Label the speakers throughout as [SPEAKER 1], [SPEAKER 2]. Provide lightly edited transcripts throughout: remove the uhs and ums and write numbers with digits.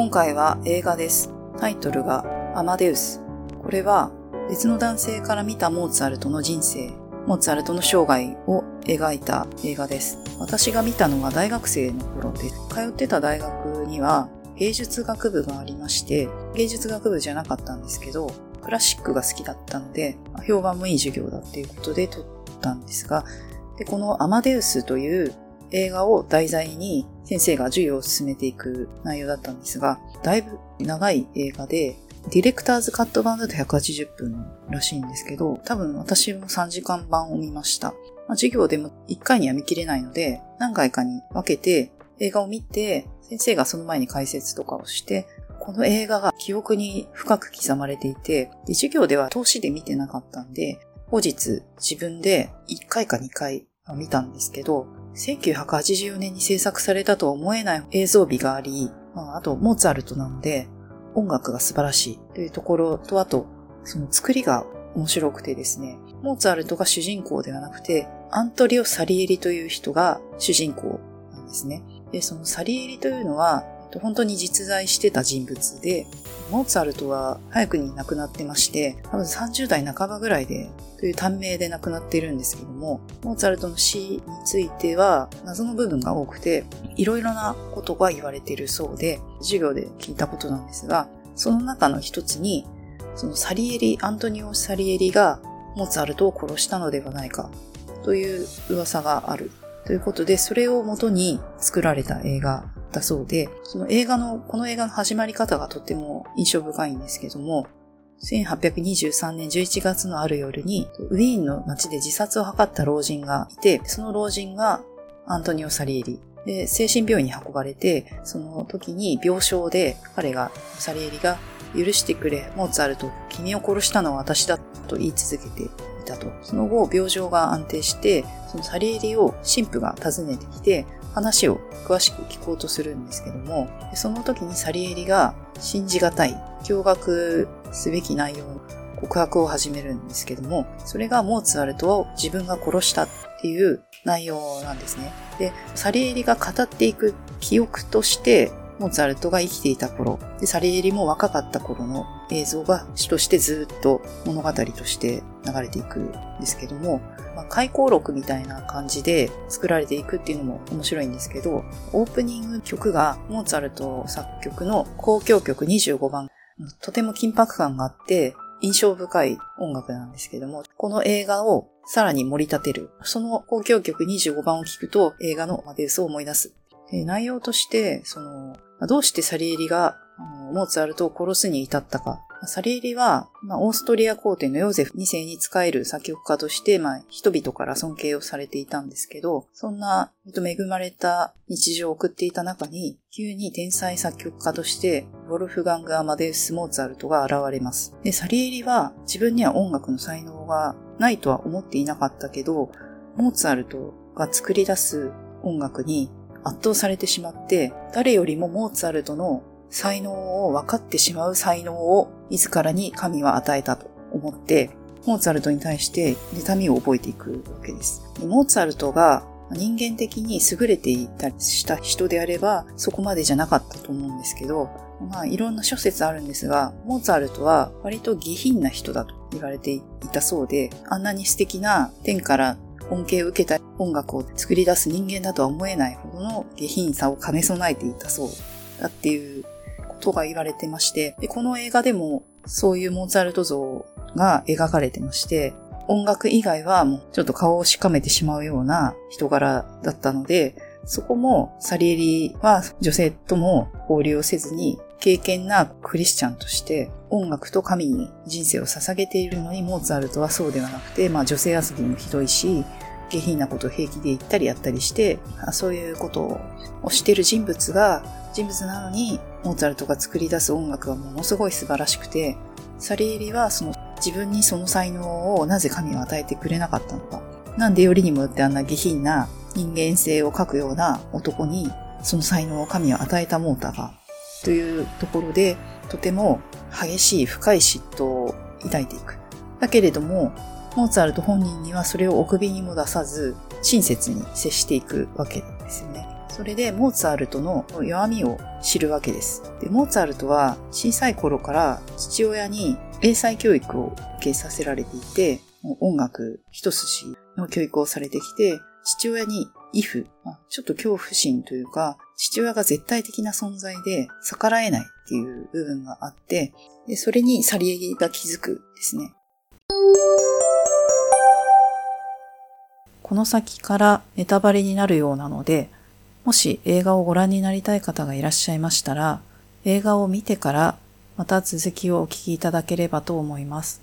[SPEAKER 1] 今回は映画です。タイトルがアマデウス。これは別の男性から見たモーツァルトの人生、モーツァルトの生涯を描いた映画です。私が見たのは大学生の頃で、通ってた大学には芸術学部がありまして、芸術学部じゃなかったんですけど、クラシックが好きだったので、評判もいい授業だっていうことで撮ったんですが、でこのアマデウスという映画を題材に先生が授業を進めていく内容だったんですが、だいぶ長い映画で、ディレクターズカット版だと180分らしいんですけど、多分私も3時間版を見ました。授業でも1回には見切れないので、何回かに分けて映画を見て、先生がその前に解説とかをして、この映画が記憶に深く刻まれていて、で授業では通しで見てなかったんで、後日自分で1回か2回見たんですけど、1984年に制作されたとは思えない映像美があり、あとモーツァルトなので音楽が素晴らしいというところと、あとその作りが面白くてですね、モーツァルトが主人公ではなくてアントリオ・サリエリという人が主人公なんですね。で、そのサリエリというのは本当に実在してた人物で、モーツァルトは早くに亡くなってまして、多分30代半ばぐらいでという短命で亡くなっているんですけども、モーツァルトの死については謎の部分が多くて、いろいろなことが言われているそうで、授業で聞いたことなんですが、その中の一つに、そのアントニオ・サリエリがモーツァルトを殺したのではないかという噂があるということで、それを元に作られた映画だそうで、この映画の始まり方がとっても印象深いんですけども、1823年11月のある夜にウィーンの街で自殺を図った老人がいて、その老人がアントニオ・サリエリで精神病院に運ばれて、その時に病床でサリエリが許してくれ、モーツァルト、君を殺したのは私だと言い続けていたと。その後病状が安定して、そのサリエリを神父が訪ねてきて話を詳しく聞こうとするんですけども、その時にサリエリが信じがたい、驚愕すべき内容の告白を始めるんですけども、それがモーツァルトを自分が殺したっていう内容なんですね。で、サリエリが語っていく記憶として、モーツァルトが生きていた頃、でサリエリも若かった頃の映像が詩としてずっと物語として流れていくんですけども、回顧録みたいな感じで作られていくっていうのも面白いんですけど、オープニング曲がモーツァルト作曲の交響曲25番。とても緊迫感があって印象深い音楽なんですけども、この映画をさらに盛り立てる。その交響曲25番を聴くと映画のアマデウスを思い出す。内容として、どうしてサリエリがモーツァルトを殺すに至ったか。サリエリは、オーストリア皇帝のヨーゼフ2世に仕える作曲家として、人々から尊敬をされていたんですけど、そんな恵まれた日常を送っていた中に、急に天才作曲家として、ウォルフガング・アマデウス・モーツァルトが現れます。で、サリエリは自分には音楽の才能がないとは思っていなかったけど、モーツァルトが作り出す音楽に圧倒されてしまって、誰よりもモーツァルトの才能を分かってしまう才能を自らに神は与えたと思って、モーツァルトに対して妬みを覚えていくわけです。モーツァルトが人間的に優れていたりした人であればそこまでじゃなかったと思うんですけど、いろんな諸説あるんですが、モーツァルトは割と下品な人だと言われていたそうで、あんなに素敵な天から恩恵を受けた音楽を作り出す人間だとは思えないほどの下品さを兼ね備えていたそうだっていうことが言われてまして、でこの映画でもそういうモーツァルト像が描かれてまして、音楽以外はもうちょっと顔をしかめてしまうような人柄だったので、そこもサリエリは女性とも交流をせずに敬虔なクリスチャンとして音楽と神に人生を捧げているのに、モーツァルトはそうではなくて、女性遊びもひどいし、下品なことを平気で言ったりやったりして、そういうことをしている人物なのに、モーツァルトが作り出す音楽はものすごい素晴らしくて、サリエリは自分にその才能をなぜ神は与えてくれなかったのか。なんでよりにもよってあんな下品な人間性を描くような男にその才能を神は与えたモーターがというところで、とても激しい深い嫉妬を抱いていく。だけれどもモーツァルト本人にはそれをお首にも出さず親切に接していくわけですよね。 それでモーツァルトの弱みを知るわけです。で、モーツァルトは小さい頃から父親に英才教育を受けさせられていて、音楽一筋の教育をされてきて、父親に畏怖、ちょっと恐怖心というか、父親が絶対的な存在で逆らえないっていう部分があって、でそれにサリエリが気づくですね。この先からネタバレになるようなので、もし映画をご覧になりたい方がいらっしゃいましたら、映画を見てからまた続きをお聞きいただければと思います。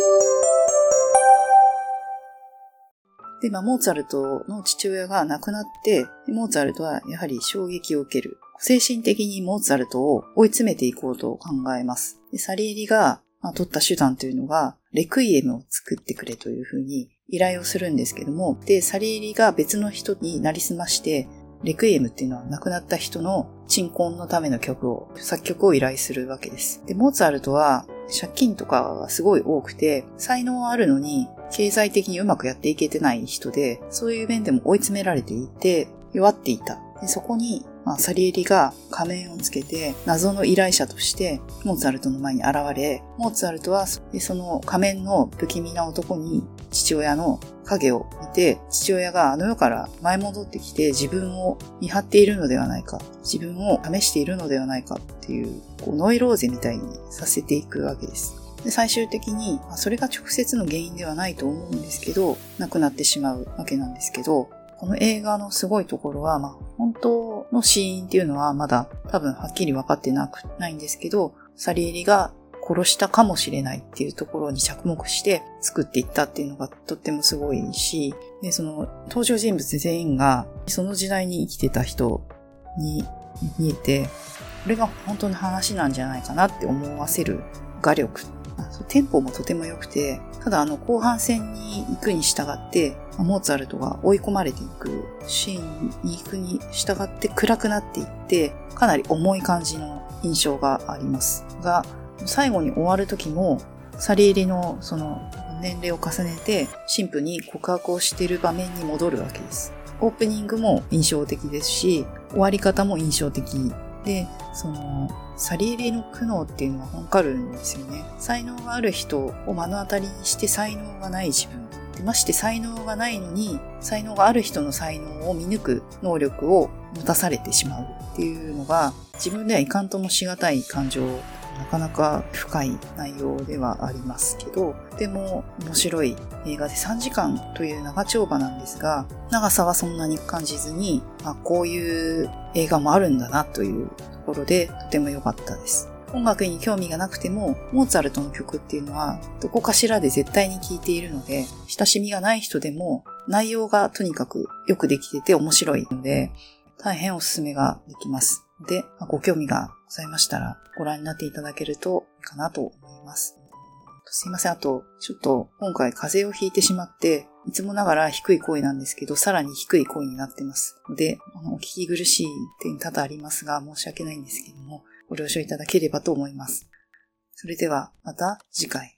[SPEAKER 1] で、モーツァルトの父親が亡くなって、モーツァルトはやはり衝撃を受ける。精神的にモーツァルトを追い詰めていこうと考えます。でサリエリが、取った手段というのが、レクイエムを作ってくれというふうに依頼をするんですけども、で、サリエリが別の人になりすまして、レクイエムっていうのは亡くなった人の鎮魂のための作曲を依頼するわけです。で、モーツァルトは借金とかがすごい多くて、才能はあるのに経済的にうまくやっていけてない人で、そういう面でも追い詰められていて、弱っていた。でそこに、サリエリが仮面をつけて謎の依頼者としてモーツァルトの前に現れ、モーツァルトはその仮面の不気味な男に父親の影を見て、父親があの世から舞い戻ってきて自分を見張っているのではないか、自分を試しているのではないかっていう、ノイローゼみたいにさせていくわけです。で最終的に、それが直接の原因ではないと思うんですけど、亡くなってしまうわけなんですけど、この映画のすごいところは、本当の死因っていうのはまだ多分はっきり分かってないんですけど、サリエリが殺したかもしれないっていうところに着目して作っていったっていうのがとってもすごいし、で、その登場人物全員がその時代に生きてた人に見えて、これが本当の話なんじゃないかなって思わせる画力。テンポもとても良くて、ただ後半戦に行くに従って、モーツァルトが追い込まれていくシーンに行くに従って暗くなっていって、かなり重い感じの印象がありますが、最後に終わる時も、サリエリのその年齢を重ねて神父に告白をしている場面に戻るわけです。オープニングも印象的ですし、終わり方も印象的で、サリエリの苦悩っていうのはわかるんですよね。才能がある人を目の当たりにして才能がない自分。でまして才能がないのに、才能がある人の才能を見抜く能力を持たされてしまうっていうのが、自分ではいかんともしがたい感情、なかなか深い内容ではありますけど、でも面白い映画で3時間という長丁場なんですが、長さはそんなに感じずに、こういう映画もあるんだなというところでとても良かったです。音楽に興味がなくても、モーツァルトの曲っていうのはどこかしらで絶対に聴いているので、親しみがない人でも内容がとにかくよくできてて面白いので、大変おすすめができます。で、ご興味がございましたらご覧になっていただけるといいかなと思います。すいません。あと、ちょっと今回風邪をひいてしまって、いつもながら低い声なんですけど、さらに低い声になってます。ので、お聞き苦しい点多々ありますが、申し訳ないんですけども、ご了承いただければと思います。それでは、また次回。